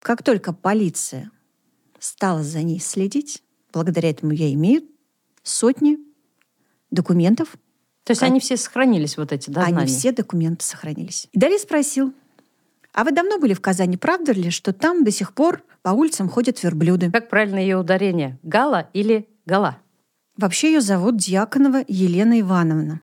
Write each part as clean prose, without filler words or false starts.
Как только полиция стала за ней следить, благодаря этому я имею сотни документов. То есть они все сохранились, вот эти, да, знания? Они все документы сохранились. И далее спросил: а вы давно были в Казани? Правда ли, что там до сих пор по улицам ходят верблюды? Как правильно ее ударение? Гала или Гала? Вообще ее зовут Дьяконова Елена Ивановна.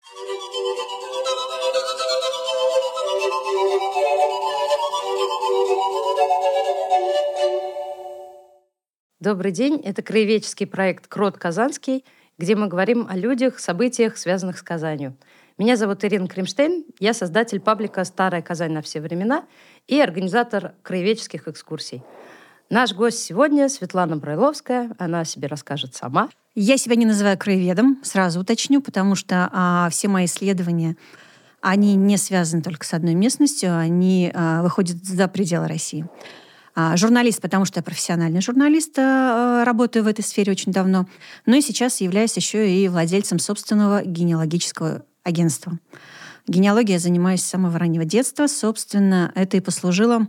Добрый день. Это краеведческий проект «Крот Казанский», где мы говорим о людях, событиях, связанных с Казанью. Меня зовут Ирина Кримштейн. Я создатель паблика «Старая Казань на все времена» и организатор краеведческих экскурсий. Наш гость сегодня Светлана Брайловская. Она о себе расскажет сама. Я себя не называю краеведом, сразу уточню, потому что все мои исследования, они не связаны только с одной местностью, они выходят за пределы России. Журналист, потому что я профессиональный журналист, работаю в этой сфере очень давно, но и сейчас являюсь еще и владельцем собственного генеалогического агентства. Генеалогией я занимаюсь с самого раннего детства. Собственно, это и послужило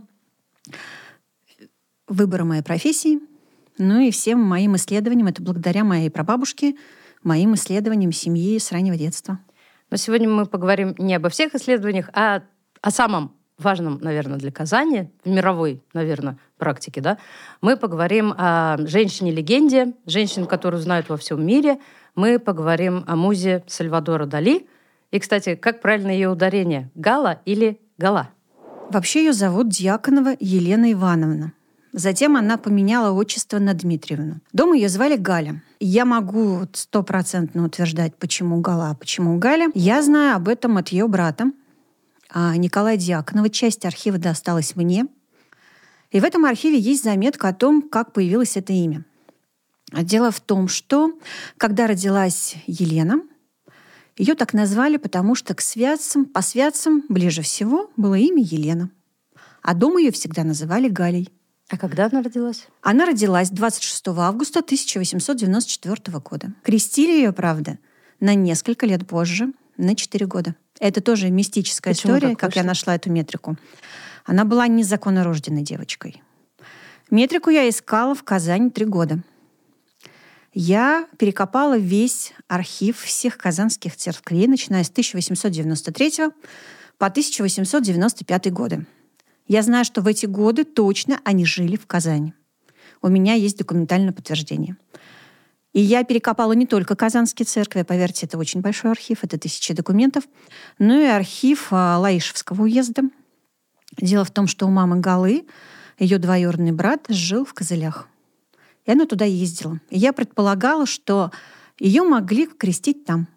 выбором моей профессии, ну и всем моим исследованиям. Это благодаря моей прабабушке, моим исследованиям семьи с раннего детства. Но сегодня мы поговорим не обо всех исследованиях, а о самом важном, наверное, для Казани, в мировой, наверное, практике, да, мы поговорим о женщине-легенде, женщине, которую знают во всем мире. Мы поговорим о музе Сальвадора Дали. И, кстати, как правильно ее ударение? Гала или Гала? Вообще ее зовут Дьяконова Елена Ивановна. Затем она поменяла отчество на Дмитриевну. Дома ее звали Галя. Я могу 100% утверждать, почему Гала, а почему Галя. Я знаю об этом от ее брата, Николая Дьяконова. Часть архива досталась мне. И в этом архиве есть заметка о том, как появилось это имя. Дело в том, что когда родилась Елена, ее так назвали, потому что по святцам ближе всего было имя Елена. А дома ее всегда называли Галей. А когда она родилась? Она родилась 26 августа 1894 года. Крестили ее, правда, на несколько лет позже, на 4 года. Это тоже мистическая история, как я нашла эту метрику. Она была незаконно рожденной девочкой. Метрику я искала в Казани 3 года. Я перекопала весь архив всех казанских церквей, начиная с 1893 по 1895 годы. Я знаю, что в эти годы точно они жили в Казани. У меня есть документальное подтверждение. И я перекопала не только казанские церкви, поверьте, это очень большой архив, это 1000 документов, но и архив Лаишевского уезда. Дело в том, что у мамы Галы ее двоюродный брат жил в Козылях. И она туда ездила. И я предполагала, что ее могли крестить там.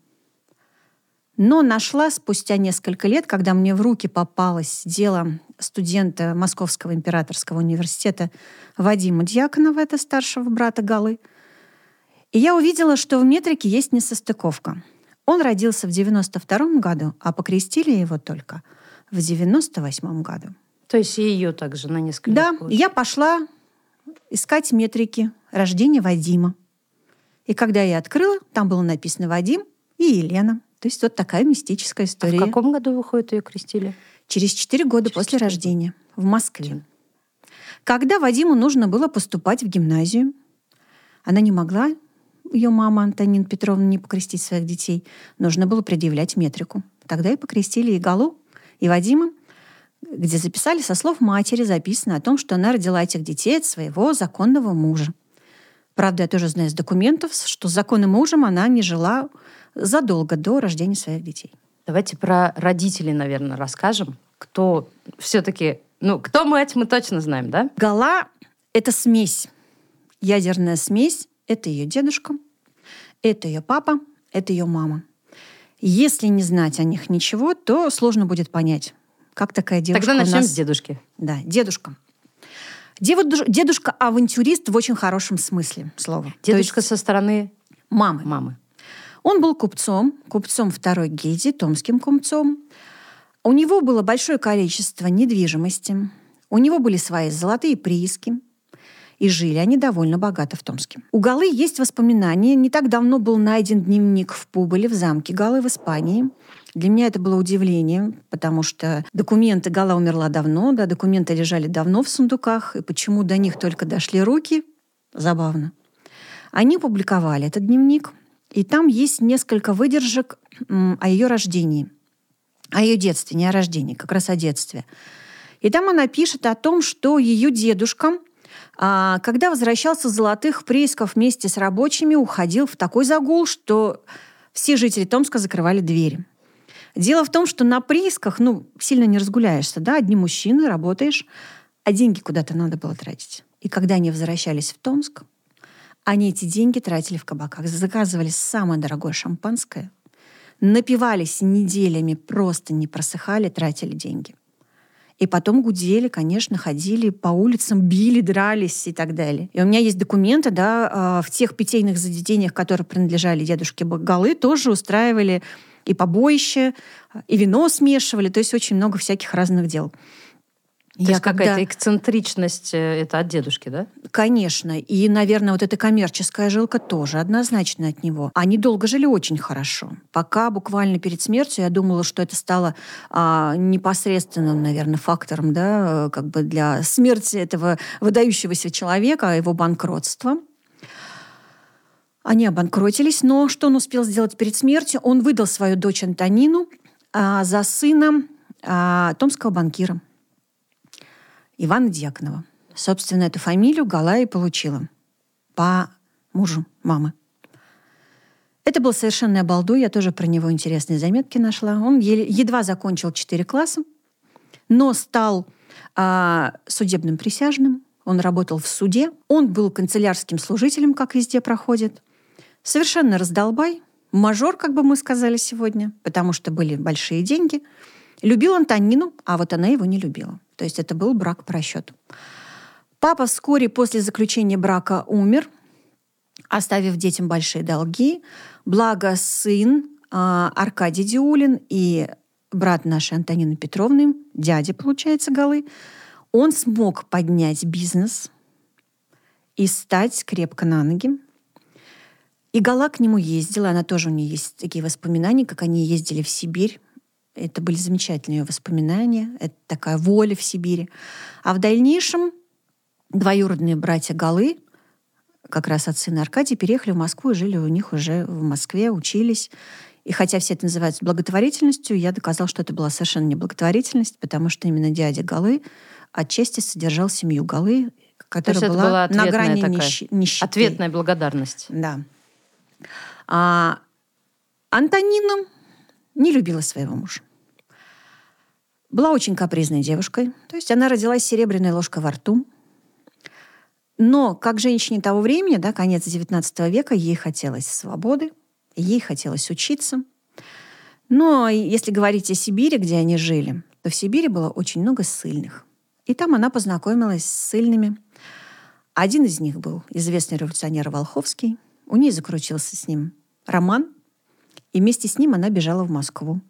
Но нашла спустя несколько лет, когда мне в руки попалось дело студента Московского императорского университета Вадима Дьяконова, это старшего брата Галы. И я увидела, что в метрике есть несостыковка. Он родился в 92 году, а покрестили его только в 98 году. То есть и ее также на несколько лет позже. Я пошла искать метрики рождения Вадима. И когда я открыла, там было написано Вадим и Елена. То есть вот такая мистическая история. А в каком году, выходит, ее крестили? Через 4 года после рождения в Москве. Когда Вадиму нужно было поступать в гимназию, она не могла, ее мама Антонина Петровна, не покрестить своих детей. Нужно было предъявлять метрику. Тогда и покрестили и Галу, и Вадима, где записали со слов матери, записано о том, что она родила этих детей от своего законного мужа. Правда, я тоже знаю из документов, что с законным мужем она не жила задолго до рождения своих детей. Давайте про родителей, наверное, расскажем. Кто все-таки... кто мать, мы точно знаем, да? Гала — это смесь. Ядерная смесь — это ее дедушка, это ее папа, это ее мама. Если не знать о них ничего, то сложно будет понять, как такая девушка Тогда начнем у нас... с дедушки. Да, дедушка. Дедушка-авантюрист в очень хорошем смысле слова. Дедушка со стороны мамы. Он был купцом второй гильдии, томским купцом. У него было большое количество недвижимости. У него были свои золотые прииски. И жили они довольно богато в Томске. У Галы есть воспоминания. Не так давно был найден дневник в Пуболе, в замке Галы в Испании. Для меня это было удивлением, потому что документы, Гала умерла давно, да, документы лежали давно в сундуках, и почему до них только дошли руки, забавно. Они публиковали этот дневник, и там есть несколько выдержек о ее рождении, о ее детстве, не о рождении, как раз о детстве. И там она пишет о том, что ее дедушка, когда возвращался с золотых приисков вместе с рабочими, уходил в такой загул, что все жители Томска закрывали двери. Дело в том, что на приисках, сильно не разгуляешься, да, одни мужчины, работаешь, а деньги куда-то надо было тратить. И когда они возвращались в Томск, они эти деньги тратили в кабаках, заказывали самое дорогое шампанское, напивались неделями, просто не просыхали, тратили деньги. И потом гудели, конечно, ходили по улицам, били, дрались и так далее. И у меня есть документы, да, в тех питейных заведениях, которые принадлежали дедушке Галы, тоже устраивали и побоище, и вино смешивали, то есть очень много всяких разных дел. То есть какая-то эксцентричность это от дедушки, да? Конечно. И, наверное, вот эта коммерческая жилка тоже однозначно от него. Они долго жили очень хорошо. Пока буквально перед смертью я думала, что это стало непосредственным, наверное, фактором, да, как бы для смерти этого выдающегося человека, его банкротства. Они обанкротились, но что он успел сделать перед смертью? Он выдал свою дочь Антонину за сына томского банкира Ивана Дьяконова. Собственно, эту фамилию Гала и получила по мужу мамы. Это был совершенный обалдуй, я тоже про него интересные заметки нашла. Он едва закончил 4 класса, но стал судебным присяжным. Он работал в суде. Он был канцелярским служителем, как везде проходит. Совершенно раздолбай. Мажор, как бы мы сказали сегодня, потому что были большие деньги. Любил Антонину, а вот она его не любила. То есть это был брак по расчету. Папа вскоре после заключения брака умер, оставив детям большие долги. Благо сын Аркадий Диулин и брат нашей Антонины Петровны, дядя, получается, Галы, он смог поднять бизнес и стать крепко на ноги. И Гала к нему ездила, она тоже, у нее есть такие воспоминания, как они ездили в Сибирь. Это были замечательные ее воспоминания, это такая воля в Сибири. А в дальнейшем двоюродные братья Галы, как раз от сына Аркадия, переехали в Москву и жили у них уже в Москве, учились. И хотя все это называется благотворительностью, я доказала, что это была совершенно не благотворительность, потому что именно дядя Галы отчасти содержал семью Галы, которая была на грани нищеты. Ответная благодарность. Да. А Антонина не любила своего мужа. Была очень капризной девушкой. То есть она родилась с серебряной ложкой во рту. Но как женщине того времени, да, конец XIX века, ей хотелось свободы, ей хотелось учиться. Но если говорить о Сибири, где они жили, то в Сибири было очень много ссыльных. И там она познакомилась с ссыльными. Один из них был известный революционер Волховский. У нее закрутился с ним роман, и вместе с ним она бежала в Москву.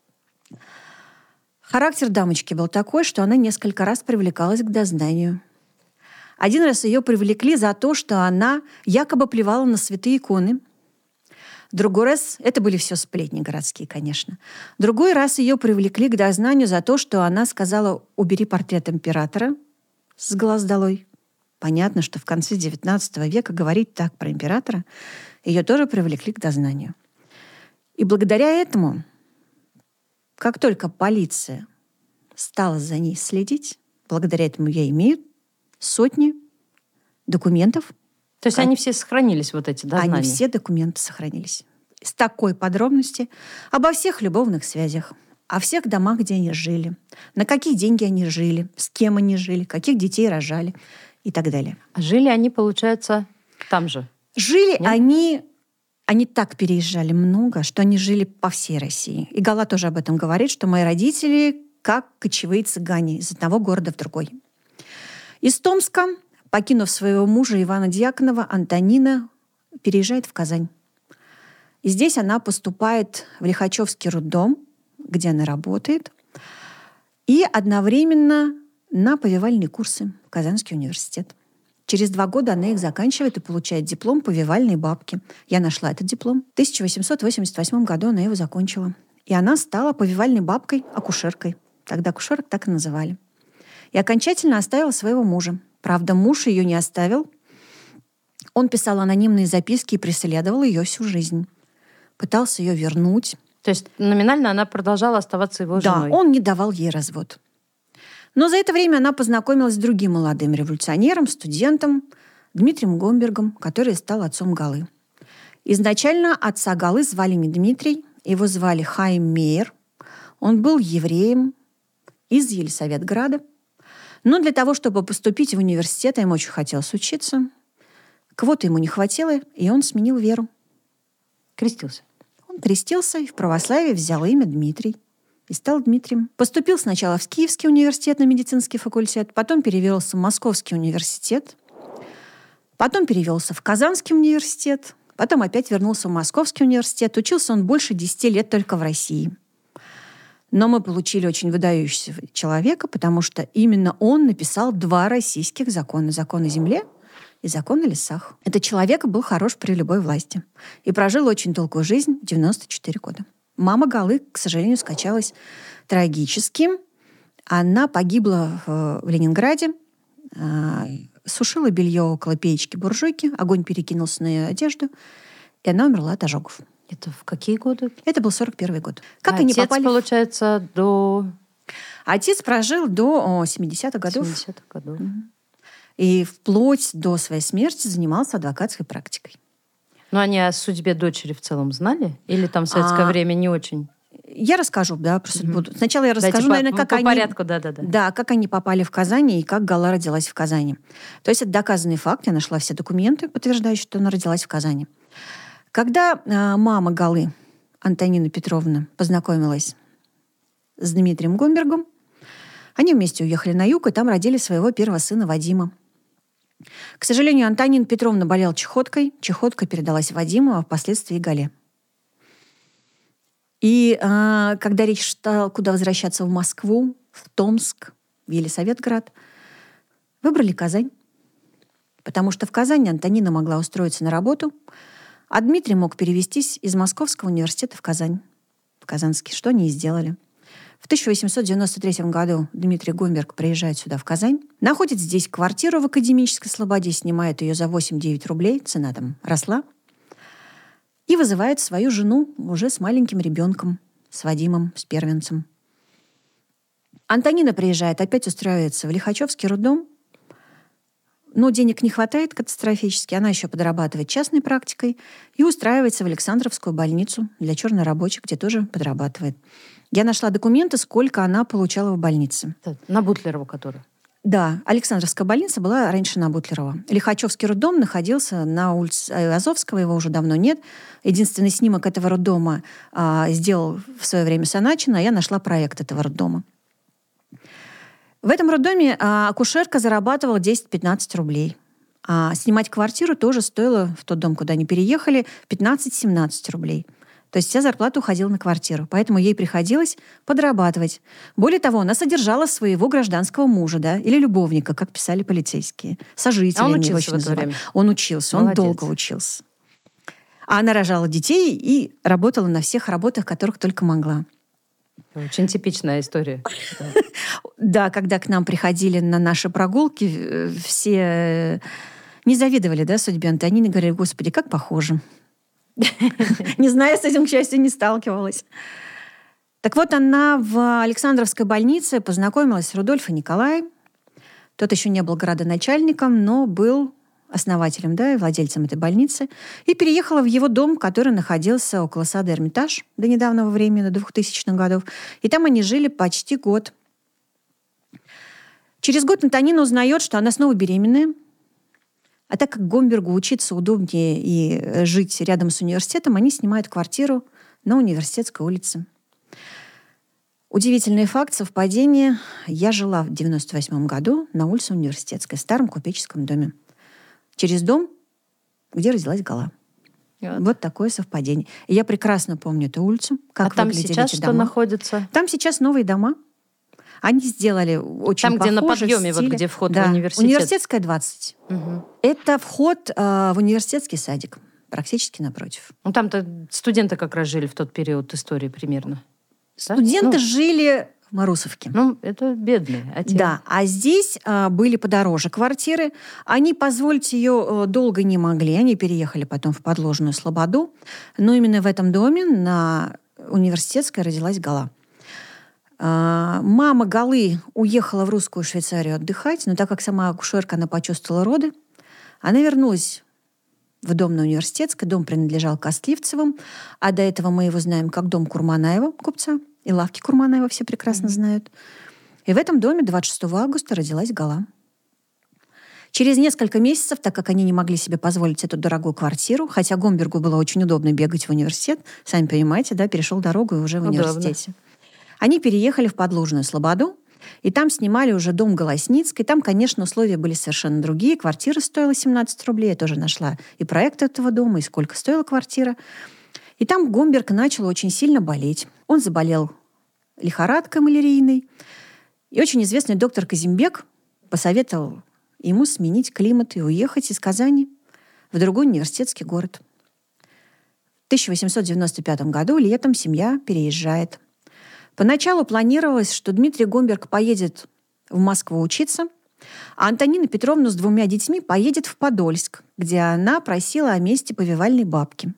Характер дамочки был такой, что она несколько раз привлекалась к дознанию. Один раз ее привлекли за то, что она якобы плевала на святые иконы. Другой раз, это были все сплетни городские, конечно. Другой раз ее привлекли к дознанию за то, что она сказала: «Убери портрет императора с глаз долой». Понятно, что в конце XIX века говорить так про императора, ее тоже привлекли к дознанию. И благодаря этому, как только полиция стала за ней следить, благодаря этому я имею сотни документов. То есть они все сохранились, вот эти дознания? Они все документы сохранились. С такой подробностью обо всех любовных связях, о всех домах, где они жили, на какие деньги они жили, с кем они жили, каких детей рожали и так далее. А жили они, получается, там же? Жили они так переезжали много, что они жили по всей России. И Гала тоже об этом говорит, что мои родители как кочевые цыгане из одного города в другой. Из Томска, покинув своего мужа Ивана Дьяконова, Антонина переезжает в Казань. И здесь она поступает в Лихачевский роддом, где она работает, и одновременно на повивальные курсы в Казанский университет. Через 2 года она их заканчивает и получает диплом повивальной бабки. Я нашла этот диплом. В 1888 году она его закончила. И она стала повивальной бабкой, акушеркой. Тогда акушерок так и называли. И окончательно оставила своего мужа. Правда, муж ее не оставил. Он писал анонимные записки и преследовал ее всю жизнь. Пытался ее вернуть. То есть номинально она продолжала оставаться его женой? Да, он не давал ей развод. Но за это время она познакомилась с другим молодым революционером, студентом Дмитрием Гомбергом, который стал отцом Галы. Изначально отца Галы звали не Дмитрий, его звали Хайм Мейер. Он был евреем из Елисаветграда. Но для того, чтобы поступить в университет, ему очень хотелось учиться. Квоты ему не хватило, и он сменил веру. Крестился. Он крестился и в православии взял имя Дмитрий и стал Дмитрием. Поступил сначала в Киевский университет на медицинский факультет, потом перевелся в Московский университет, потом перевелся в Казанский университет, потом опять вернулся в Московский университет. Учился он больше 10 лет только в России. Но мы получили очень выдающегося человека, потому что именно он написал 2 российских закона. Закон о земле и закон о лесах. Этот человек был хорош при любой власти. И прожил очень долгую жизнь, 94 года. Мама Галы, к сожалению, скончалась трагически. Она погибла в Ленинграде, сушила белье около печки-буржуйки, огонь перекинулся на ее одежду, и она умерла от ожогов. Это в какие годы? Это был 41 год. Как они попали? Получается, до... Отец прожил до 70-х годов. 70-х годов. И вплоть до своей смерти занимался адвокатской практикой. Но они о судьбе дочери в целом знали? Или там в советское время не очень? Я расскажу, да, про судьбу. Сначала я расскажу, наверное, как они... По порядку, да. Да, как они попали в Казань и как Гала родилась в Казани. То есть это доказанный факт. Я нашла все документы, подтверждающие, что она родилась в Казани. Когда мама Галы, Антонина Петровна, познакомилась с Дмитрием Гомбергом, они вместе уехали на юг, и там родили своего первого сына Вадима. К сожалению, Антонина Петровна болела чехоткой. Чехотка передалась Вадиму, а впоследствии Гале. И когда речь шла, куда возвращаться в Москву, в Томск, в Елисаветград, выбрали Казань. Потому что в Казани Антонина могла устроиться на работу, а Дмитрий мог перевестись из Московского университета в Казань, в Казанский, что они и сделали. В 1893 году Дмитрий Гомберг приезжает сюда, в Казань, находит здесь квартиру в Академической Слободе, снимает ее за 8-9 рублей, цена там росла, и вызывает свою жену уже с маленьким ребенком, с Вадимом, с первенцем. Антонина приезжает, опять устраивается в Лихачевский роддом, но денег не хватает катастрофически, она еще подрабатывает частной практикой и устраивается в Александровскую больницу для чернорабочих, где тоже подрабатывает. Я нашла документы, сколько она получала в больнице. На Бутлерова, которая? Да, Александровская больница была раньше на Бутлерова. Лихачевский роддом находился на улице Азовского, его уже давно нет. Единственный снимок этого роддома сделал в свое время Саначин, а я нашла проект этого роддома. В этом роддоме акушерка зарабатывала 10-15 рублей. А снимать квартиру тоже стоило, в тот дом, куда они переехали, 15-17 рублей. То есть вся зарплата уходила на квартиру. Поэтому ей приходилось подрабатывать. Более того, она содержала своего гражданского мужа, да, или любовника, как писали полицейские. Сожителя. Он учился в это время? Он учился, Молодец. Он долго учился. А она рожала детей и работала на всех работах, которых только могла. Очень типичная история. Да, когда к нам приходили на наши прогулки, все не завидовали, да, судьбе Антонины, говорили: «Господи, как похоже». Не знаю, с этим, к счастью, не сталкивалась. Так вот, она в Александровской больнице познакомилась с Рудольфом Николаем. Тот еще не был градоначальником, но был основателем, да, и владельцем этой больницы. И переехала в его дом, который находился около сада Эрмитаж до недавнего времени, до 2000-х годов. И там они жили почти год. Через год Антонина узнает, что она снова беременная. А так как Гомбергу учиться удобнее и жить рядом с университетом, они снимают квартиру на Университетской улице. Удивительный факт, совпадение. Я жила в 98 году на улице Университетской, в старом купеческом доме. Через дом, где родилась Гала. Вот такое совпадение. И я прекрасно помню эту улицу, как выглядели эти дома. А там сейчас что находится? Там сейчас новые дома. Они сделали очень там, где на подъеме, вот где вход да. в университет. Университетская, 20. Угу. Это вход в университетский садик, практически напротив. Ну, там-то студенты как раз жили в тот период истории примерно. Студенты жили в Марусовке. Это бедные. Да, а здесь были подороже квартиры. Они позволить ее долго не могли. Они переехали потом в подложную Слободу. Но именно в этом доме на Университетской родилась Гала. Мама Галы уехала в Русскую Швейцарию отдыхать, но так как сама акушерка, она почувствовала роды, она вернулась в дом на Университетской. Дом принадлежал Костливцевым, а до этого мы его знаем как дом Курманаева, купца, и лавки Курманаева все прекрасно знают. И в этом доме 26 августа родилась Гала. Через несколько месяцев, так как они не могли себе позволить эту дорогую квартиру, хотя Гомбергу было очень удобно бегать в университет, сами понимаете, да, перешел дорогу и уже в университете. Они переехали в подложную Слободу, и там снимали уже дом Голосницкой. Там, конечно, условия были совершенно другие. Квартира стоила 17 рублей. Я тоже нашла и проект этого дома, и сколько стоила квартира. И там Гомберг начал очень сильно болеть. Он заболел лихорадкой малярийной. И очень известный доктор Казимбек посоветовал ему сменить климат и уехать из Казани в другой университетский город. В 1895 году летом семья переезжает. Поначалу планировалось, что Дмитрий Гомберг поедет в Москву учиться, а Антонина Петровна с 2 детьми поедет в Подольск, где она просила о месте повивальной бабки.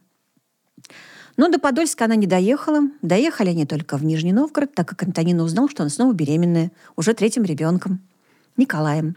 Но до Подольска она не доехала. Доехали они только в Нижний Новгород, так как Антонина узнала, что она снова беременная, уже 3-м ребенком, Николаем.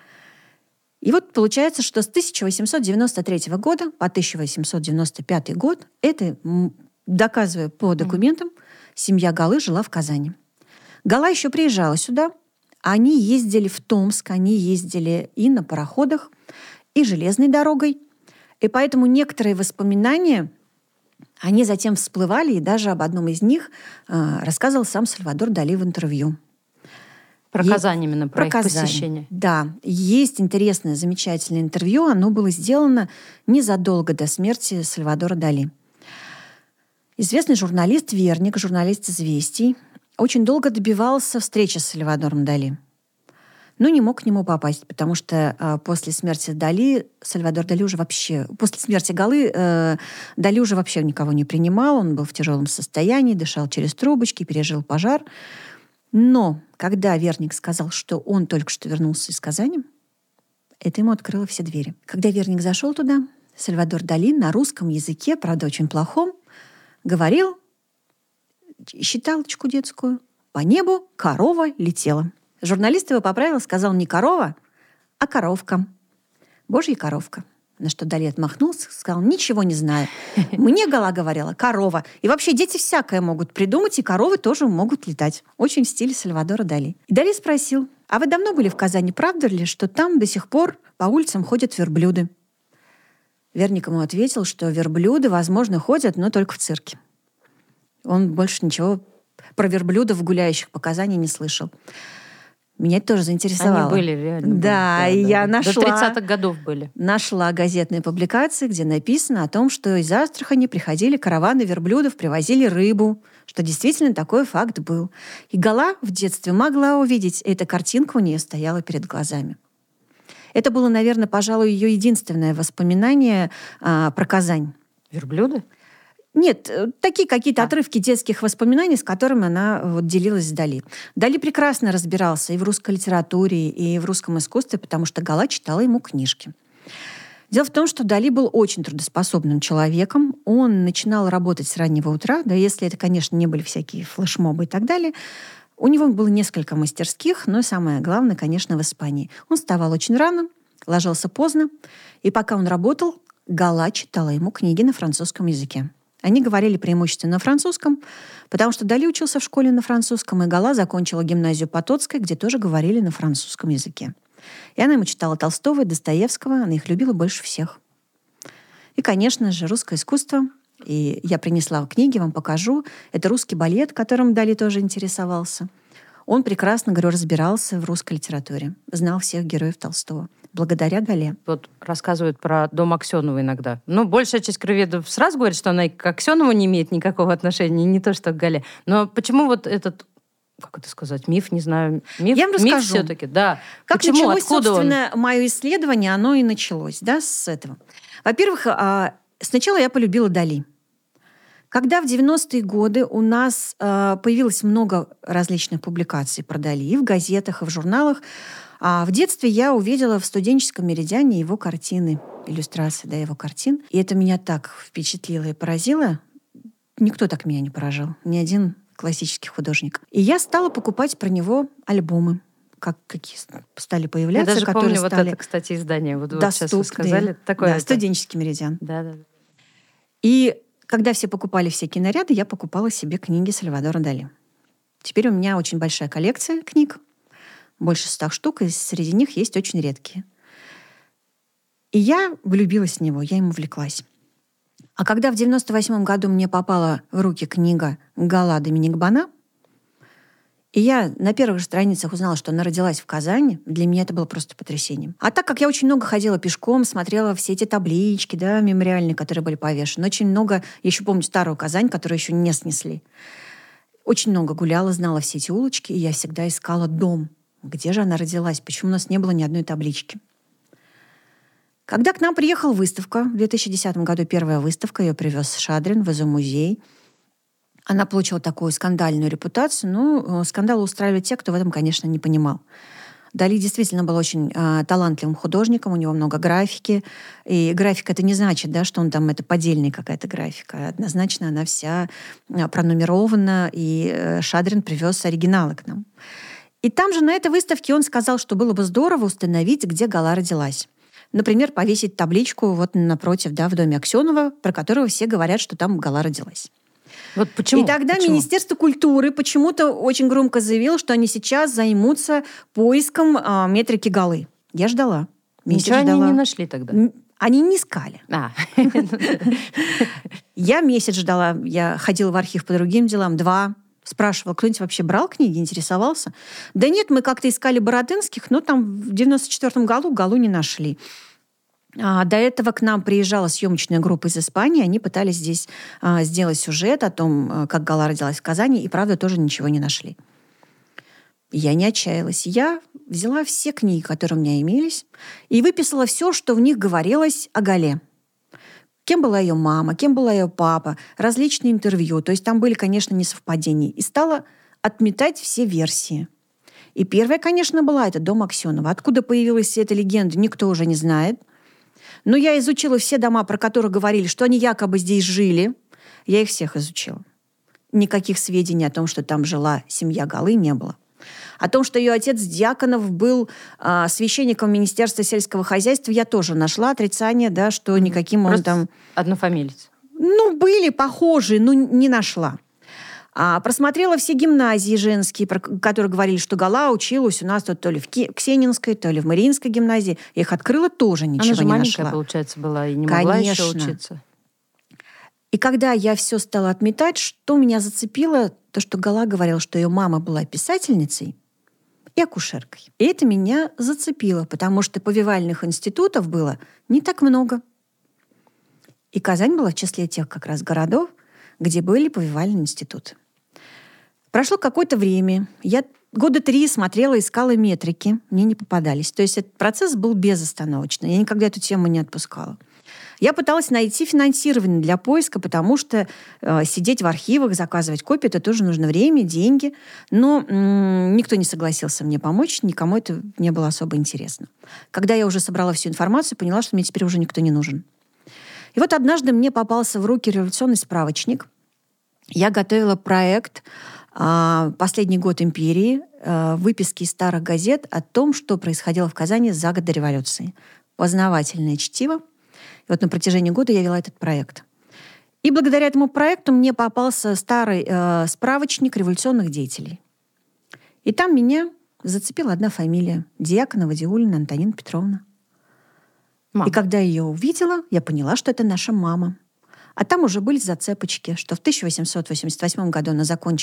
И вот получается, что с 1893 года по 1895 год, это доказываю по документам, семья Галы жила в Казани. Гала еще приезжала сюда. Они ездили в Томск, они ездили и на пароходах, и железной дорогой. И поэтому некоторые воспоминания, они затем всплывали, и даже об одном из них рассказывал сам Сальвадор Дали в интервью. Про Казань именно, про их посещение. Да. Есть интересное, замечательное интервью. Оно было сделано незадолго до смерти Сальвадора Дали. Известный журналист Верник, журналист «Известий», очень долго добивался встречи с Сальвадором Дали. Но не мог к нему попасть, потому что после смерти Дали Сальвадор Дали уже вообще... После смерти Галы Дали уже вообще никого не принимал. Он был в тяжелом состоянии, дышал через трубочки, пережил пожар. Но когда Верник сказал, что он только что вернулся из Казани, это ему открыло все двери. Когда Верник зашел туда, Сальвадор Дали на русском языке, правда, очень плохом, говорил считалочку детскую. По небу корова летела. Журналист его поправил, сказал не корова, а коровка. Божья коровка. На что Дали отмахнулся, сказал, ничего не знаю. Мне Гала говорила, корова. И вообще дети всякое могут придумать, и коровы тоже могут летать. Очень в стиле Сальвадора Дали. И Дали спросил, а вы давно были в Казани? Правда ли, что там до сих пор по улицам ходят верблюды? Верник ему ответил, что верблюды, возможно, ходят, но только в цирке. Он больше ничего про верблюдов, гуляющих по Казани, не слышал. Меня это тоже заинтересовало. Они были, реально. Да, и я нашла... До 30-х годов были. Нашла газетные публикации, где написано о том, что из Астрахани приходили караваны верблюдов, привозили рыбу, что действительно такой факт был. И Гала в детстве могла увидеть, эта картинка у нее стояла перед глазами. Это было, наверное, пожалуй, ее единственное воспоминание про Казань. Верблюды? Нет, такие какие-то отрывки детских воспоминаний, с которыми она делилась с Дали. Дали прекрасно разбирался и в русской литературе, и в русском искусстве, потому что Гала читала ему книжки. Дело в том, что Дали был очень трудоспособным человеком. Он начинал работать с раннего утра, да, если это, конечно, не были всякие флешмобы и так далее. У него было несколько мастерских, но самое главное, конечно, в Испании. Он вставал очень рано, ложился поздно, и пока он работал, Гала читала ему книги на французском языке. Они говорили преимущественно на французском, потому что Дали учился в школе на французском, и Гала закончила гимназию Потоцкой, где тоже говорили на французском языке. И она ему читала Толстого и Достоевского, она их любила больше всех. И, конечно же, русское искусство. И я принесла книги, вам покажу. Это русский балет, которым Дали тоже интересовался. Он прекрасно, говорю, разбирался в русской литературе, знал всех героев Толстого. Благодаря Гале. Вот рассказывают про дом Аксенова иногда. Ну, большая часть краеведов сразу говорит, что она к Аксенову не имеет никакого отношения, не то что к Гале. Но почему вот этот, как это сказать, миф, не знаю, миф? Я вам расскажу. Миф все-таки, да. Как почему? началось, откуда собственно, он? мое исследование, оно и началось, да, с этого. Во-первых, сначала я полюбила Дали. Когда в 90-е годы у нас появилось много различных публикаций про Дали и в газетах, и в журналах, в детстве я увидела в студенческом «Меридиане» его картины, иллюстрации его картин. И это меня так впечатлило и поразило. Никто так меня не поражал. Ни один классический художник. И я стала покупать про него альбомы, какие стали появляться, я даже которые помню стали вот это, кстати, издание. Вот доступны. Сейчас вы сказали. Такое «Студенческий «Меридиан». Да. И когда все покупали всякие наряды, я покупала себе книги Сальвадора Дали. Теперь у меня очень большая коллекция книг, больше 100 штук, и среди них есть очень редкие. И я влюбилась в него, я ему увлеклась. А когда в 98 году мне попала в руки книга «Гала» Доминик Бана, и я на первых же страницах узнала, что она родилась в Казани, для меня это было просто потрясением. А так как я очень много ходила пешком, смотрела все эти таблички, мемориальные, которые были повешены, очень много, я еще помню старую Казань, которую еще не снесли. Очень много гуляла, знала все эти улочки, и я всегда искала дом. Где же она родилась? Почему у нас не было ни одной таблички? Когда к нам приехала выставка, в 2010 году первая выставка, ее привез Шадрин в Изо-музей, она получила такую скандальную репутацию. Ну, скандалы устраивали те, кто в этом, конечно, не понимал. Дали действительно был очень талантливым художником, у него много графики. И графика — это не значит, что он там это поддельная какая-то графика. Однозначно она вся пронумерована, и Шадрин привез оригиналы к нам. И там же на этой выставке он сказал, что было бы здорово установить, где Гала родилась. Например, повесить табличку вот напротив, в доме Аксенова, про которого все говорят, что там Гала родилась. Вот почему? И тогда Министерство культуры почему-то очень громко заявило, что они сейчас займутся поиском метрики Галы. Я ждала. Ничего они не нашли тогда? Они не искали. Я месяц ждала. Я ходила в архив по другим делам, 2. Спрашивала, кто-нибудь вообще брал книги, интересовался? Да нет, мы как-то искали Бородынских, но там в 94-м Галу не нашли. До этого к нам приезжала съемочная группа из Испании, они пытались здесь сделать сюжет о том, как Гала родилась в Казани, и, правда, тоже ничего не нашли. Я не отчаялась. Я взяла все книги, которые у меня имелись, и выписала все, что в них говорилось о Гале. Кем была ее мама, кем была ее папа, различные интервью. То есть там были, конечно, несовпадения. И стала отметать все версии. И первая, конечно, была это дом Аксенова. Откуда появилась эта легенда, никто уже не знает. Но я изучила все дома, про которые говорили, что они якобы здесь жили. Я их всех изучила. Никаких сведений о том, что там жила семья Галы, не было. О том, что ее отец Дьяконов был священником Министерства сельского хозяйства, я тоже нашла отрицание, что никаким он там... Однофамилец. Были похожие, но не нашла. Просмотрела все гимназии женские, которые говорили, что Гала училась у нас то ли в Ксенинской, то ли в Мариинской гимназии. Я их открыла, тоже ничего не нашла. Она же маленькая, получается, была и не могла еще учиться. И когда я все стала отметать, что меня зацепило, то, что Гала говорила, что ее мама была писательницей и акушеркой. И это меня зацепило, потому что повивальных институтов было не так много. И Казань была в числе тех как раз городов, где были повивальные институты. Прошло какое-то время. Я 3 года смотрела, искала метрики. Мне не попадались. То есть этот процесс был безостановочный. Я никогда эту тему не отпускала. Я пыталась найти финансирование для поиска, потому что сидеть в архивах, заказывать копии, это тоже нужно время, деньги. Но никто не согласился мне помочь, никому это не было особо интересно. Когда я уже собрала всю информацию, поняла, что мне теперь уже никто не нужен. И вот однажды мне попался в руки революционный справочник. Я готовила проект «Последний год империи», выписки из старых газет о том, что происходило в Казани за год до революции. Познавательное чтиво. И вот на протяжении года я вела этот проект. И благодаря этому проекту мне попался старый справочник революционных деятелей. И там меня зацепила одна фамилия — Дьяконова Диулина Антонина Петровна. Мама. И когда я ее увидела, я поняла, что это наша мама. А там уже были зацепочки, что в 1888 году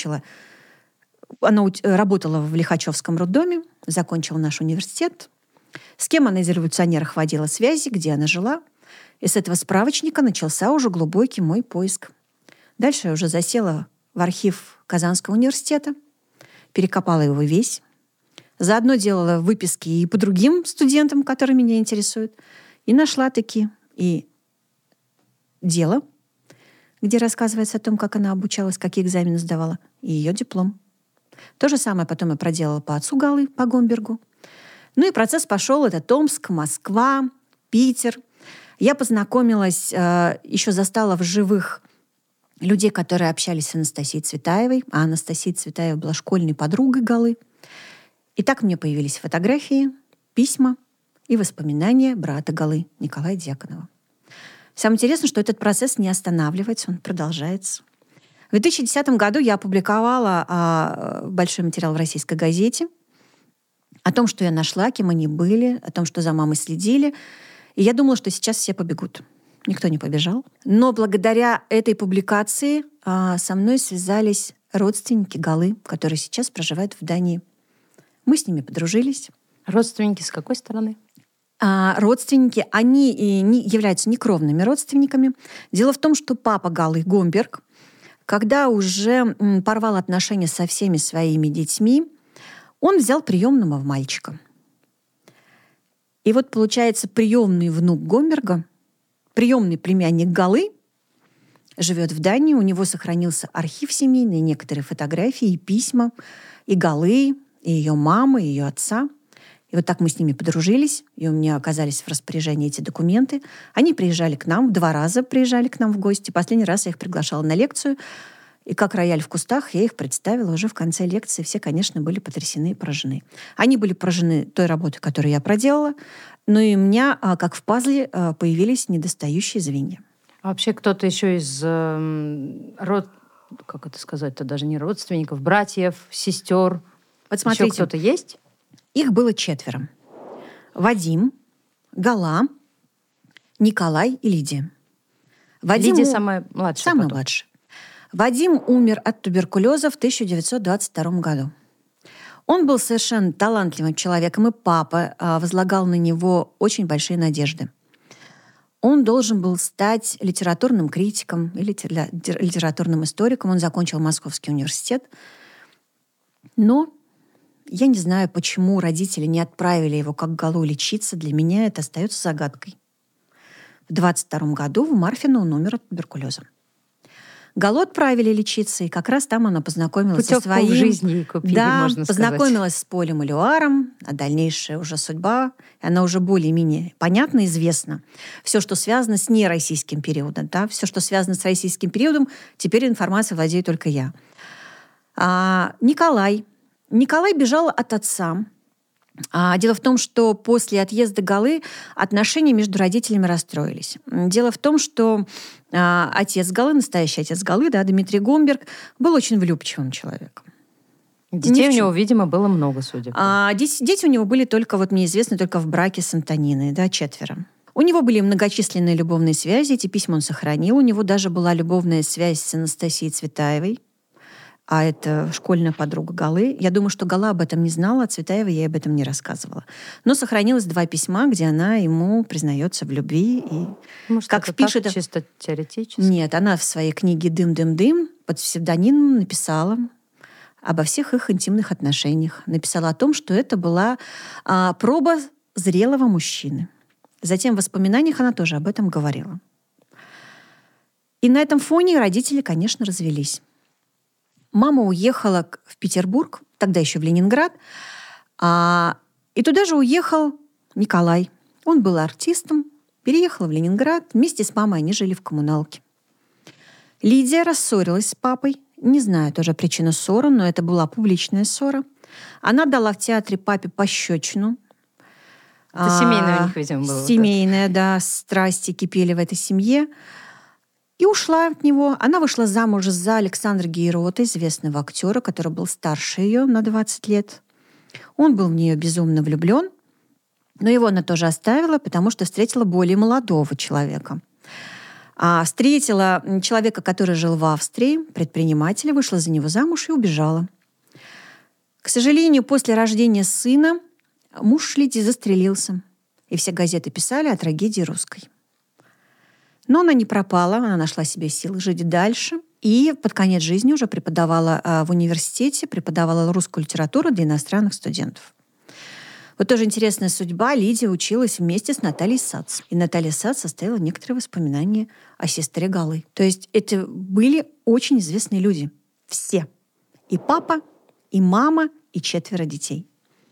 она работала в Лихачевском роддоме, закончила наш университет. С кем она из революционеров водила связи, где она жила. И с этого справочника начался уже глубокий мой поиск. Дальше я уже засела в архив Казанского университета, перекопала его весь. Заодно делала выписки и по другим студентам, которые меня интересуют. И нашла таки и дело, где рассказывается о том, как она обучалась, какие экзамены сдавала, и ее диплом. То же самое потом я проделала по отцу Галы, по Гомбергу. Ну и процесс пошел. Это Томск, Москва, Питер. Я познакомилась, еще застала в живых людей, которые общались с Анастасией Цветаевой. А Анастасия Цветаева была школьной подругой Галы. И так мне появились фотографии, письма и воспоминания брата Галы, Николая Дьяконова. Самое интересное, что этот процесс не останавливается, он продолжается. В 2010 году я опубликовала большой материал в «Российской газете» о том, что я нашла, кем они были, о том, что за мамой следили. И я думала, что сейчас все побегут. Никто не побежал. Но благодаря этой публикации со мной связались родственники Галы, которые сейчас проживают в Дании. Мы с ними подружились. Родственники с какой стороны? Родственники, они являются некровными родственниками. Дело в том, что папа Галы, Гомберг, когда уже порвал отношения со всеми своими детьми, он взял приемного мальчика. И вот, получается, приемный внук Гомберга, приемный племянник Галы, живет в Дании, у него сохранился архив семейный, некоторые фотографии и письма и Галы, и ее мамы, и ее отца. И вот так мы с ними подружились, и у меня оказались в распоряжении эти документы. Они приезжали к нам, 2 раза приезжали к нам в гости. Последний раз я их приглашала на лекцию. И как рояль в кустах, я их представила уже в конце лекции. Все, конечно, были потрясены и поражены. Они были поражены той работой, которую я проделала, но и у меня, как в пазле, появились недостающие звенья. А вообще кто-то еще из как это сказать-то, даже не родственников, братьев, сестер, Вот смотрите, еще кто-то есть? Их было 4. Вадим, Гала, Николай и Лидия. Лидия самая младшая. Самая младшая. Вадим умер от туберкулеза в 1922 году. Он был совершенно талантливым человеком, и папа возлагал на него очень большие надежды. Он должен был стать литературным критиком или литературным историком. Он закончил Московский университет. Но я не знаю, почему родители не отправили его как Галу лечиться. Для меня это остается загадкой. В 1922 году в Марфино он умер от туберкулеза. Галу отправили лечиться, и как раз там она познакомилась Путевку со своим... в жизни купили, можно сказать. Познакомилась с Полем Элюаром, а дальнейшая уже судьба, она уже более-менее понятна, известна. Все, что связано с нероссийским периодом, да, все, что связано с российским периодом, теперь информацией владею только я. Николай бежал от отца. Дело в том, что после отъезда Галы отношения между родителями расстроились. Дело в том, что отец Галы, настоящий отец Галы, да, Дмитрий Гомберг, был очень влюбчивым человеком. Детей у него, видимо, было много, судя по. Дети у него были только, вот мне известно, только в браке с Антониной, да, 4. У него были многочисленные любовные связи, эти письма он сохранил. У него даже была любовная связь с Анастасией Цветаевой, а это школьная подруга Галы. Я думаю, что Гала об этом не знала, а Цветаева ей об этом не рассказывала. Но сохранилось 2 письма, где она ему признается в любви. И может, как это пишет... так, чисто теоретически? Нет, она в своей книге «Дым-дым-дым» под псевдонимом написала обо всех их интимных отношениях. Написала о том, что это была проба зрелого мужчины. Затем в воспоминаниях она тоже об этом говорила. И на этом фоне родители, конечно, развелись. Мама уехала в Петербург, тогда еще в Ленинград, и туда же уехал Николай. Он был артистом, переехал в Ленинград. Вместе с мамой они жили в коммуналке. Лидия рассорилась с папой. Не знаю тоже причину ссоры, но это была публичная ссора. Она дала в театре папе пощечину. Это семейное у них, видимо, было. Семейное, да, страсти кипели в этой семье. И ушла от него. Она вышла замуж за Александра Гейрота, известного актера, который был старше ее на 20 лет. Он был в нее безумно влюблен, но его она тоже оставила, потому что встретила более молодого человека. Встретила человека, который жил в Австрии, предпринимателя, вышла за него замуж и убежала. К сожалению, после рождения сына муж Лидии застрелился. И все газеты писали о трагедии русской. Но она не пропала, она нашла себе силы жить дальше. И под конец жизни уже преподавала в университете, преподавала русскую литературу для иностранных студентов. Вот тоже интересная судьба. Лидия училась вместе с Натальей Сац. И Наталья Сац составила некоторые воспоминания о сестре Галы. То есть это были очень известные люди. Все. И папа, и мама, и 4 детей.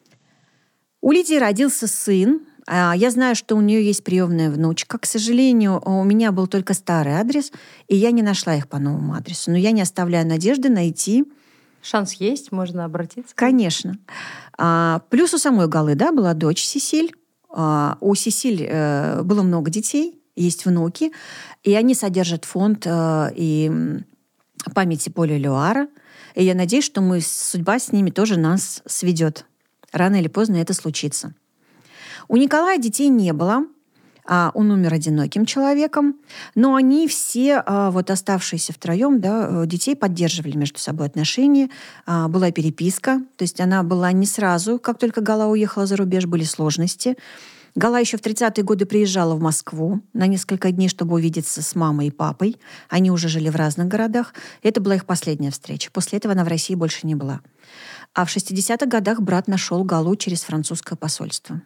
У Лидии родился сын. Я знаю, что у нее есть приемная внучка. К сожалению, у меня был только старый адрес, и я не нашла их по новому адресу. Но я не оставляю надежды найти. Шанс есть, можно обратиться? Конечно. Плюс у самой Галы, да, была дочь Сесиль. У Сесиль было много детей, есть внуки, и они содержат фонд и памяти Поля Элюара. И я надеюсь, что судьба с ними тоже нас сведет. Рано или поздно это случится. У Николая детей не было. Он умер одиноким человеком. Но они все, вот оставшиеся втроем, да, детей поддерживали между собой отношения. Была переписка. То есть она была не сразу, как только Гала уехала за рубеж, были сложности. Гала еще в 30-е годы приезжала в Москву на несколько дней, чтобы увидеться с мамой и папой. Они уже жили в разных городах. Это была их последняя встреча. После этого она в России больше не была. А в 60-х годах брат нашел Галу через французское посольство.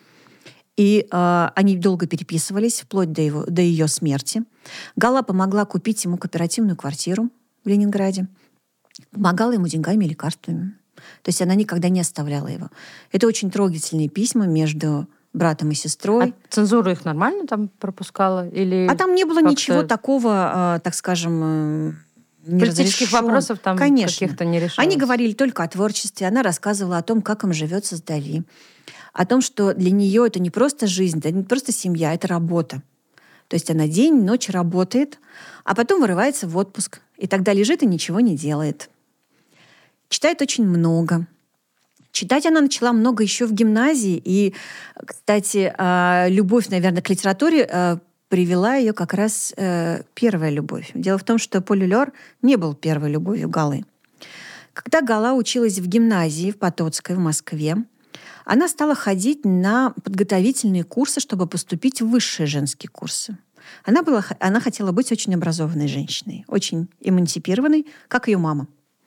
И они долго переписывались, вплоть до ее смерти. Гала помогла купить ему кооперативную квартиру в Ленинграде. Помогала ему деньгами и лекарствами. То есть она никогда не оставляла его. Это очень трогательные письма между братом и сестрой. А цензура их нормально там пропускала? Или там не было ничего такого, так скажем, политических вопросов там каких-то не решалось? Они говорили только о творчестве. Она рассказывала о том, как им живется с Дали. О том, что для нее это не просто жизнь, это не просто семья, это работа. То есть она день, ночь работает, а потом вырывается в отпуск. И тогда лежит и ничего не делает. Читает очень много. Читать она начала много еще в гимназии. И, кстати, любовь, наверное, к литературе привела ее как раз первая любовь. Дело в том, что Поль Элюар не был первой любовью Галы. Когда Гала училась в гимназии в Потоцкой в Москве, она стала ходить на подготовительные курсы, чтобы поступить в высшие женские курсы. Она хотела быть очень образованной женщиной, очень эмансипированной, как ее мама.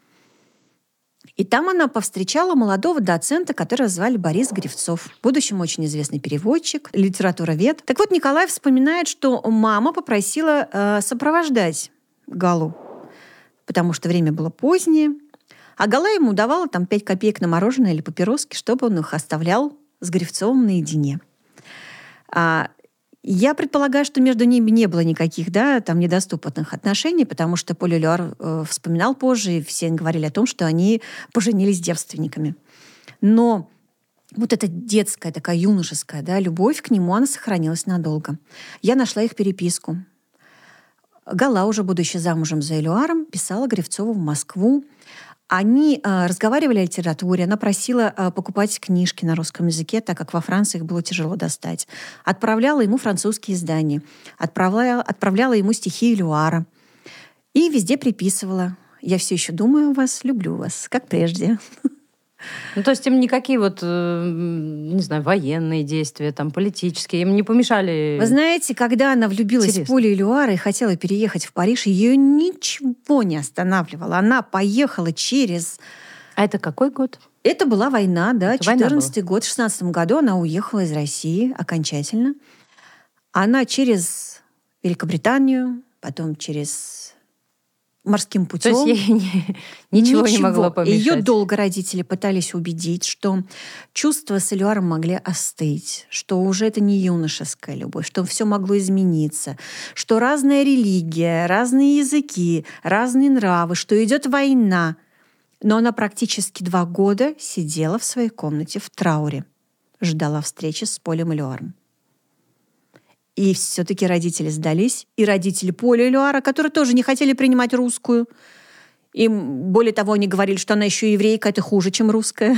И там она повстречала молодого доцента, которого звали Борис Гривцов, в будущем очень известный переводчик, литературовед. Так вот, Николай вспоминает, что мама попросила сопровождать Галу, потому что время было позднее. А Гала ему давала там 5 копеек на мороженое или папироски, чтобы он их оставлял с Гривцовым наедине. Я предполагаю, что между ними не было никаких, там недоступных отношений, потому что Поль Элюар вспоминал позже, и все говорили о том, что они поженились девственниками. Но вот эта детская, такая юношеская, любовь к нему, она сохранилась надолго. Я нашла их переписку. Гала, уже будучи замужем за Элюаром, писала Гривцову в Москву. Они разговаривали о литературе. Она просила покупать книжки на русском языке, так как во Франции их было тяжело достать. Отправляла ему французские издания. Отправляла ему стихи Элюара. И везде приписывала: «Я все еще думаю о вас, люблю вас, как прежде». То есть им никакие не знаю, военные действия, политические, им не помешали? Вы знаете, когда она влюбилась в Поля Элюара и хотела переехать в Париж, ее ничего не останавливало. Она поехала через... А это какой год? Это была война, 14-й год. В 16-м году она уехала из России окончательно. Она через Великобританию, потом через... морским путем. То есть ей ничего не могло помешать. Ее долго родители пытались убедить, что чувства с Элюаром могли остыть, что уже это не юношеская любовь, что все могло измениться, что разная религия, разные языки, разные нравы, что идет война. Но она практически 2 года сидела в своей комнате в трауре, ждала встречи с Полем Элюаром. И все-таки родители сдались. И родители Поля Элюара, которые тоже не хотели принимать русскую. И более того, они говорили, что она еще еврейка, это хуже, чем русская.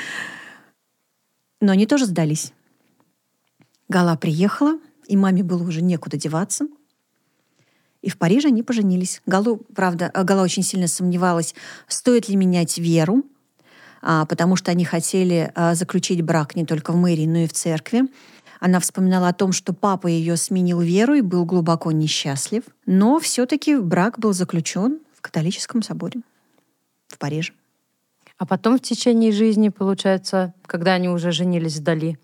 Но они тоже сдались. Гала приехала, и маме было уже некуда деваться. И в Париже они поженились. Гала очень сильно сомневалась, стоит ли менять веру, потому что они хотели заключить брак не только в мэрии, но и в церкви. Она вспоминала о том, что папа ее сменил веру и был глубоко несчастлив. Но все-таки брак был заключен в католическом соборе в Париже. А потом в течение жизни, получается, когда они уже женились вдали?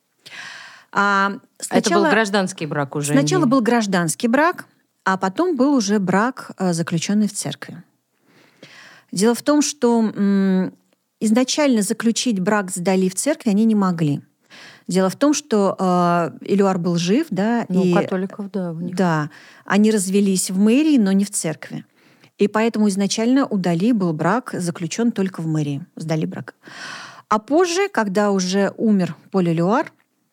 Это был гражданский брак уже? Сначала был гражданский брак, а потом был уже брак, заключенный в церкви. Дело в том, что изначально заключить брак с Дали в церкви они не могли. Дело в том, что Элюар был жив, да, и католиков, да, у них. Да, они развелись в мэрии, но не в церкви. И поэтому изначально у Дали был брак заключен только в мэрии, с Дали брак. А позже, когда уже умер Поль Элюар,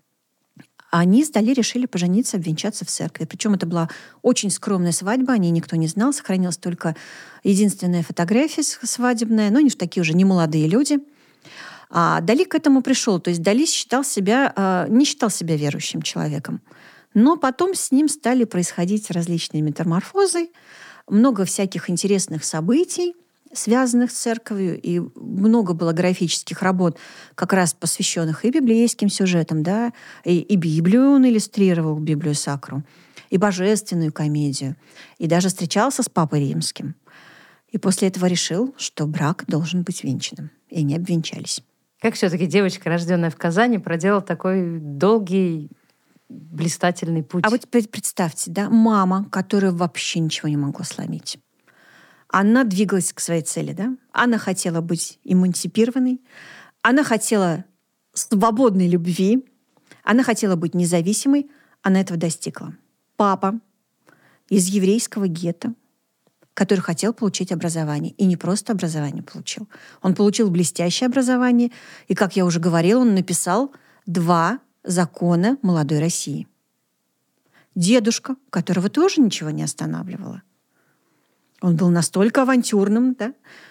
они с Дали решили пожениться, обвенчаться в церкви. Причем это была очень скромная свадьба, о ней никто не знал, сохранилась только единственная фотография свадебная, но они же такие уже немолодые люди. А Дали к этому пришел. То есть Дали не считал себя верующим человеком. Но потом с ним стали происходить различные метаморфозы, много всяких интересных событий, связанных с церковью, и много было графических работ, как раз посвященных и библейским сюжетам, да, и Библию он иллюстрировал, Библию Сакру, и божественную комедию, и даже встречался с Папой Римским. И после этого решил, что брак должен быть венчанным. И они обвенчались. Как все-таки девочка, рожденная в Казани, проделала такой долгий, блистательный путь? А вот представьте, да, мама, которая вообще ничего не могла сломить. Она двигалась к своей цели, да? Она хотела быть эмансипированной, она хотела свободной любви, она хотела быть независимой, она этого достигла. Папа из еврейского гетто, который хотел получить образование. И не просто образование получил. Он получил блестящее образование. И, как я уже говорила, он написал 2 закона молодой России. Дедушка, которого тоже ничего не останавливало. Он был настолько авантюрным, да,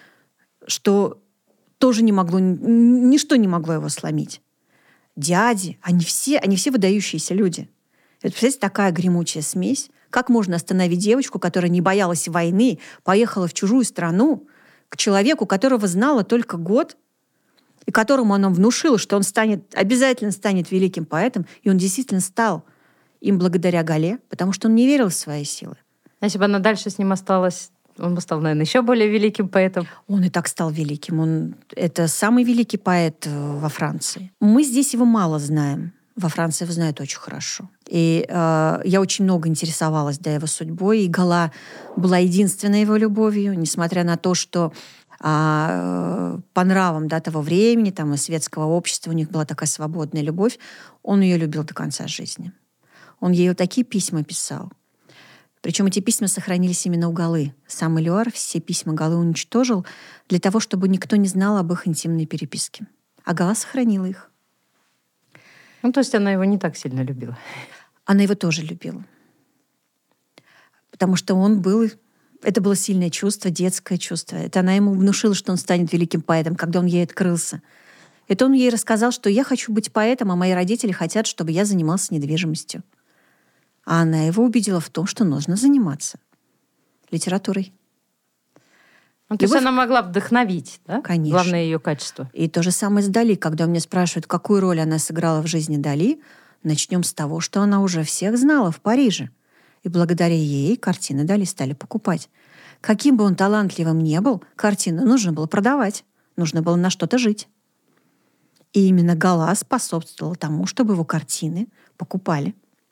что тоже ничто не могло его сломить. Дяди, они все выдающиеся люди. Это, представляете, такая гремучая смесь. Как можно остановить девочку, которая не боялась войны, поехала в чужую страну, к человеку, которого знала только год, и которому она внушила, что он обязательно станет великим поэтом, и он действительно стал им благодаря Гале, потому что он не верил в свои силы. Если бы она дальше с ним осталась, он бы стал, наверное, еще более великим поэтом. Он и так стал великим. Это самый великий поэт во Франции. Мы здесь его мало знаем. Во Франции его знают очень хорошо. И я очень много интересовалась его судьбой. И Гала была единственной его любовью, несмотря на то, что по нравам того времени и светского общества у них была такая свободная любовь. Он ее любил до конца жизни. Он ей такие письма писал. Причем эти письма сохранились именно у Галы. Сам Элюар все письма Галы уничтожил для того, чтобы никто не знал об их интимной переписке. А Гала сохранила их. То есть она его не так сильно любила. Она его тоже любила. Потому что это было сильное чувство, детское чувство. Это она ему внушила, что он станет великим поэтом, когда он ей открылся. Это он ей рассказал, что я хочу быть поэтом, а мои родители хотят, чтобы я занимался недвижимостью. А она его убедила в том, что нужно заниматься литературой. То есть она могла вдохновить, да? Конечно. Главное ее качество. И то же самое с Дали. Когда у меня спрашивают, какую роль она сыграла в жизни Дали, начнем с того, что она уже всех знала в Париже. И благодаря ей картины Дали стали покупать. Каким бы он талантливым ни был, картины нужно было продавать. Нужно было на что-то жить. И именно Гала способствовала тому, чтобы его картины покупали.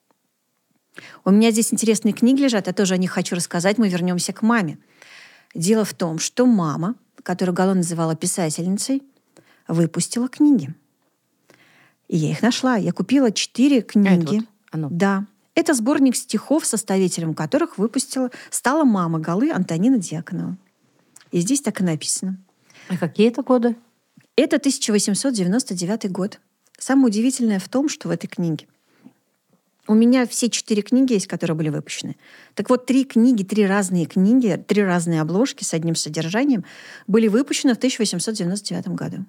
У меня здесь интересные книги лежат, я тоже о них хочу рассказать. Мы вернемся к маме. Дело в том, что мама, которую Гала называла писательницей, выпустила книги. И я их нашла. Я купила 4 книги. Это оно. Да. Это сборник стихов, составителем которых стала мама Галы Антонина Дьяконова. И здесь так и написано. А какие это годы? Это 1899 год. Самое удивительное в том, что в этой книге у меня все 4 книги есть, которые были выпущены. Так вот, 3 разные книги, 3 разные обложки с одним содержанием были выпущены в 1899 году.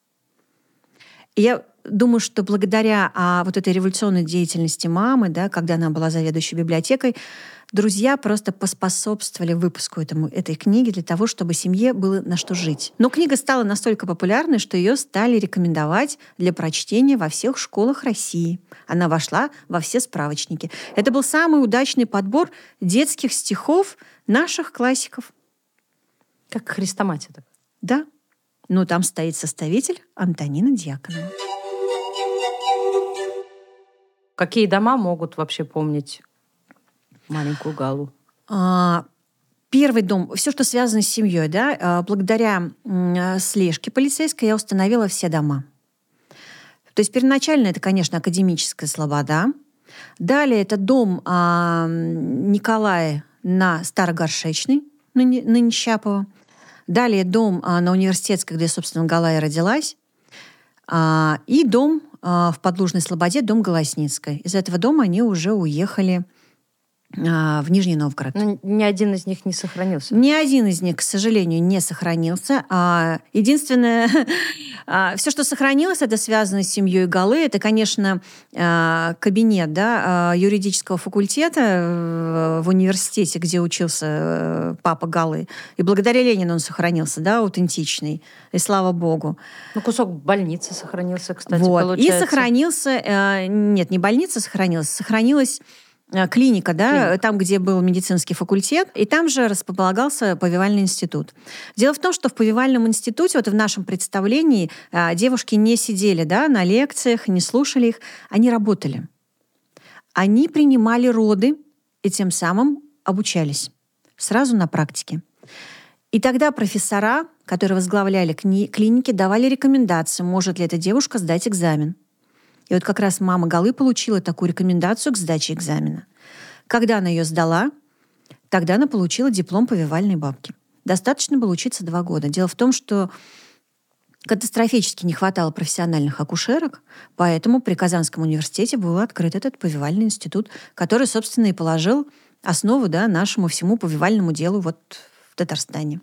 И я думаю, что благодаря вот этой революционной деятельности мамы, да, когда она была заведующей библиотекой, друзья просто поспособствовали выпуску этой книги для того, чтобы семье было на что жить. Но книга стала настолько популярной, что ее стали рекомендовать для прочтения во всех школах России. Она вошла во все справочники. Это был самый удачный подбор детских стихов наших классиков. Как хрестоматия. Да. Но там стоит составитель Антонина Дьяконова. Какие дома могут вообще помнить маленькую Галу? Первый дом, все, что связано с семьей, да, благодаря слежке полицейской я установила все дома. То есть первоначально это, конечно, академическая слобода. Далее это дом Николая на Старогоршечной, ныне Щапова. Далее дом на Университетской, где, собственно, Галая родилась. И дом в Подлужной Слободе, дом Голосницкой. Из этого дома они уже уехали в Нижний Новгород. Но ни один из них не сохранился. Ни один из них, к сожалению, не сохранился. Единственное, все, что сохранилось, это связано с семьей Галы. Это, конечно, кабинет, да, юридического факультета в университете, где учился папа Галы. И благодаря Ленину он сохранился, да, аутентичный. И слава богу. Ну, кусок больницы сохранился, кстати, вот. получается. И сохранился... Нет, не больница сохранилась клиника, да, клиника. Там, где был медицинский факультет, и там же располагался повивальный институт. Дело в том, что в повивальном институте, вот в нашем представлении, девушки не сидели, да, на лекциях, не слушали их, они работали. Они принимали роды и тем самым обучались сразу на практике. И тогда профессора, которые возглавляли клиники, давали рекомендации, может ли эта девушка сдать экзамен. И вот как раз мама Галы получила такую рекомендацию к сдаче экзамена. Когда она ее сдала, тогда она получила диплом повивальной бабки. Достаточно было учиться 2 года. Дело в том, что катастрофически не хватало профессиональных акушерок, поэтому при Казанском университете был открыт этот повивальный институт, который, собственно, и положил основу, да, нашему всему повивальному делу вот в Татарстане.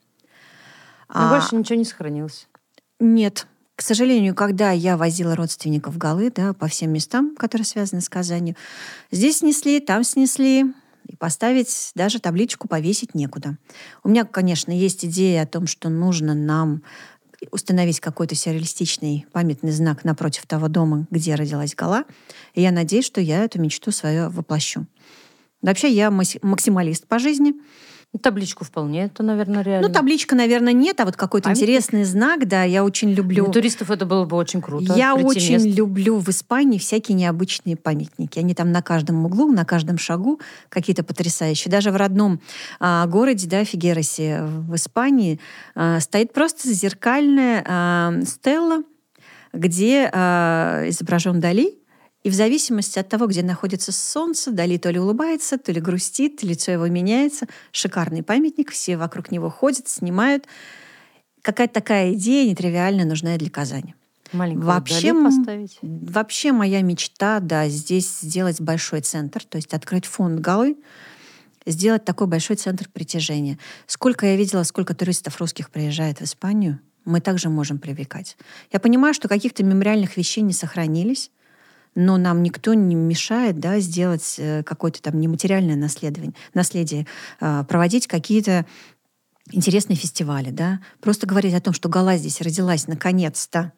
Но больше ничего не сохранилось. Нет. К сожалению, когда я возила родственников Галы, да, по всем местам, которые связаны с Казанью, здесь снесли, там снесли, и поставить даже табличку повесить некуда. У меня, конечно, есть идея о том, что нужно нам установить какой-то сюрреалистичный памятный знак напротив того дома, где родилась Гала, и я надеюсь, что я эту мечту свою воплощу. Вообще, я максималист по жизни. Табличку вполне, это, наверное, реально. Ну, табличка, наверное, нет, а вот какой-то интересный знак, да, я очень люблю. Для туристов это было бы очень круто. Я очень люблю в Испании всякие необычные памятники. Они там на каждом углу, на каждом шагу какие-то потрясающие. Даже в родном городе, да, Фигеросе в Испании стоит просто зеркальная стелла, где изображен Дали. И в зависимости от того, где находится солнце, Дали то ли улыбается, то ли грустит, лицо его меняется. Шикарный памятник, все вокруг него ходят, снимают. Какая-то такая идея нетривиальная нужна и для Казани. Маленькую Дали поставить. Вообще моя мечта, да, здесь сделать большой центр, то есть открыть фонд Галы, сделать такой большой центр притяжения. Сколько я видела, сколько туристов русских приезжает в Испанию, мы также можем привлекать. Я понимаю, что каких-то мемориальных вещей не сохранились, но нам никто не мешает, да, сделать какое-то там нематериальное наследие, проводить какие-то интересные фестивали, да, просто говорить о том, что Гала здесь родилась наконец-то.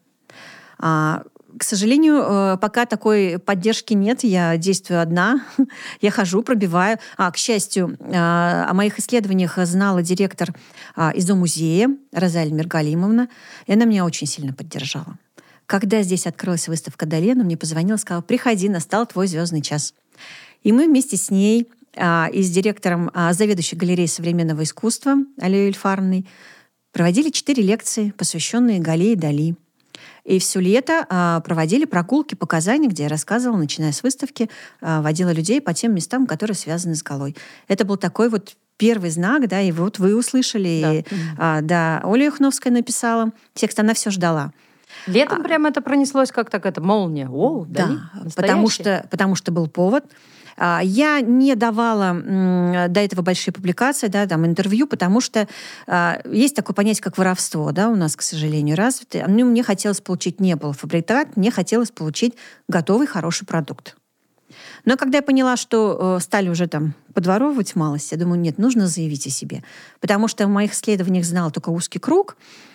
К сожалению, пока такой поддержки нет, я действую одна, я хожу, пробиваю. К счастью, о моих исследованиях знала директор изо-музея Розалия Миргалимовна, и она меня очень сильно поддержала. Когда здесь открылась выставка Дали, она мне позвонила и сказала: приходи, настал твой звездный час. И мы вместе с ней и с директором, заведующей галереей современного искусства Алией Ильфаровной проводили 4 лекции, посвященные Гале и Дали. И все лето проводили прогулки по Казани, где я рассказывала, начиная с выставки, водила людей по тем местам, которые связаны с Галой. Это был такой вот первый знак, да, и вот вы услышали, да, Оля Юхновская написала текст, она все ждала. Летом прямо это пронеслось как так, это молния. О, да, потому что был повод. Я не давала до этого большие публикации, да, там, интервью, потому что есть такое понятие, как воровство, да, у нас, к сожалению, развито. Мне хотелось получить не полуфабрикат, мне хотелось получить готовый хороший продукт. Но когда я поняла, что стали уже там подворовывать малость, я думаю, нет, нужно заявить о себе. Потому что в моих исследованиях знал только узкий круг,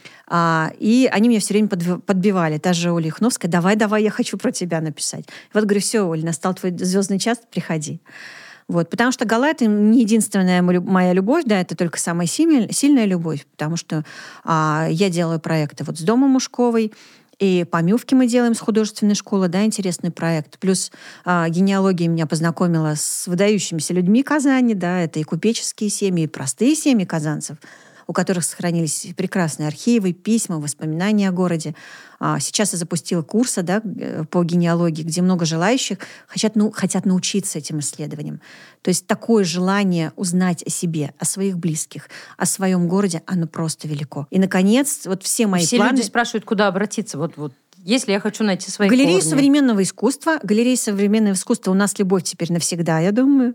и они меня все время подбивали. Та же Оля Юхновская: давай, я хочу про тебя написать. И вот говорю: все, Оль, настал твой звездный час, приходи. Вот, потому что Гала — это не единственная моя любовь, да, это только самая сильная любовь, потому что я делаю проекты вот с Домом Мужковой, и по Мювке мы делаем с художественной школы, да, интересный проект. Плюс генеалогия меня познакомила с выдающимися людьми Казани, да, это и купеческие семьи, и простые семьи казанцев, у которых сохранились прекрасные архивы, письма, воспоминания о городе. Сейчас я запустила курсы, да, по генеалогии, где много желающих хотят научиться этим исследованиям. То есть такое желание узнать о себе, о своих близких, о своем городе, оно просто велико. И, наконец, вот все мои планы... Все люди спрашивают, куда обратиться. Вот если я хочу найти свои Галерея корни. современного искусства. Галерея современного искусства у нас любовь теперь навсегда, я думаю.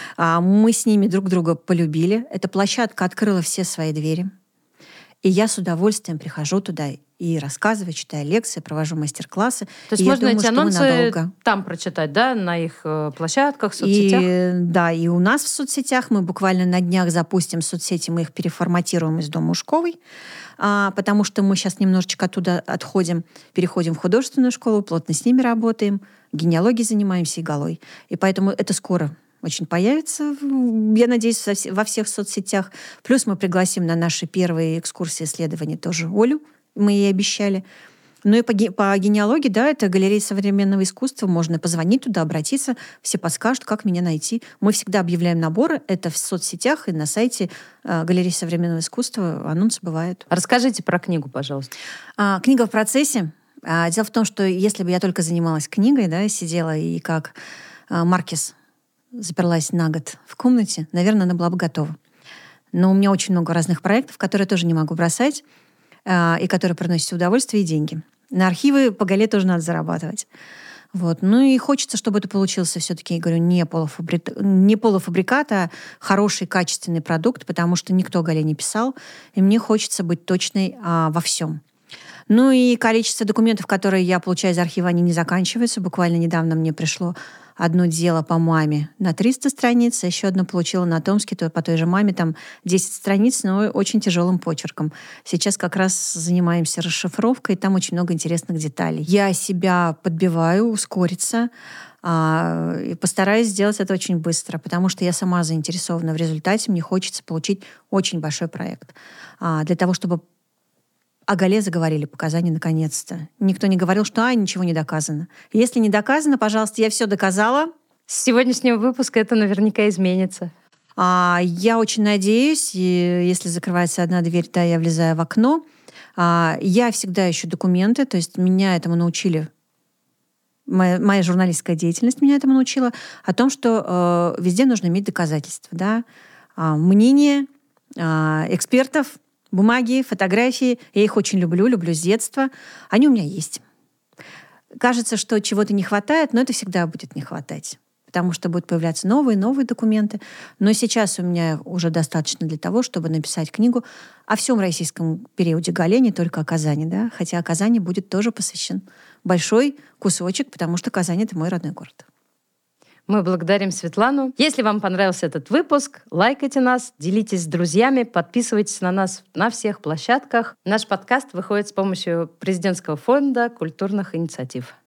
Мы с ними друг друга полюбили. Эта площадка открыла все свои двери. И я с удовольствием прихожу туда и рассказываю, читаю лекции, провожу мастер-классы. То есть можно эти анонсы там прочитать, да, на их площадках, соцсетях? Да, и у нас в соцсетях мы буквально на днях запустим соцсети, мы их переформатируем из Дома Мужковой, потому что мы сейчас немножечко оттуда отходим, переходим в художественную школу, плотно с ними работаем, генеалогией занимаемся и Галой. И поэтому это скоро очень появится, я надеюсь, во всех соцсетях. Плюс мы пригласим на наши первые экскурсии исследований тоже Олю, мы ей обещали. Ну и по генеалогии, да, это галерея современного искусства, можно позвонить туда, обратиться, все подскажут, как меня найти. Мы всегда объявляем наборы, это в соцсетях и на сайте галереи современного искусства анонсы бывают. Расскажите про книгу, пожалуйста. Книга в процессе. Дело в том, что если бы я только занималась книгой, да, сидела и как Маркес заперлась на год в комнате, наверное, она была бы готова. Но у меня очень много разных проектов, которые тоже не могу бросать, и которые приносят удовольствие и деньги. На архивы по Гале тоже надо зарабатывать. Вот. Ну и хочется, чтобы это получился все-таки, я говорю, не полуфабрикат, а хороший, качественный продукт, потому что никто о Гале не писал, и мне хочется быть точной во всем. Ну и количество документов, которые я получаю из архива, они не заканчиваются. Буквально недавно мне пришло одно дело по маме на 300 страниц, а еще одно получила на Томске по той же маме, там 10 страниц, но очень тяжелым почерком. Сейчас как раз занимаемся расшифровкой, там очень много интересных деталей. Я себя подбиваю, ускориться, и постараюсь сделать это очень быстро, потому что я сама заинтересована в результате, мне хочется получить очень большой проект. Для того, чтобы о Гале заговорили по Казани наконец-то. Никто не говорил, что ничего не доказано. Если не доказано, пожалуйста, я все доказала. С сегодняшнего выпуска это наверняка изменится. Я очень надеюсь, и если закрывается одна дверь, да, я влезаю в окно. Я всегда ищу документы, то есть меня этому научили. Моя журналистская деятельность меня этому научила. О том, что везде нужно иметь доказательства. Да? Мнение экспертов, бумаги, фотографии. Я их очень люблю с детства. Они у меня есть. Кажется, что чего-то не хватает, но это всегда будет не хватать. Потому что будут появляться новые документы. Но сейчас у меня уже достаточно для того, чтобы написать книгу о всем российском периоде Гале, не только о Казани. Да? Хотя о Казани будет тоже посвящен большой кусочек, потому что Казань — это мой родной город. Мы благодарим Светлану. Если вам понравился этот выпуск, лайкайте нас, делитесь с друзьями, подписывайтесь на нас на всех площадках. Наш подкаст выходит с помощью президентского фонда культурных инициатив.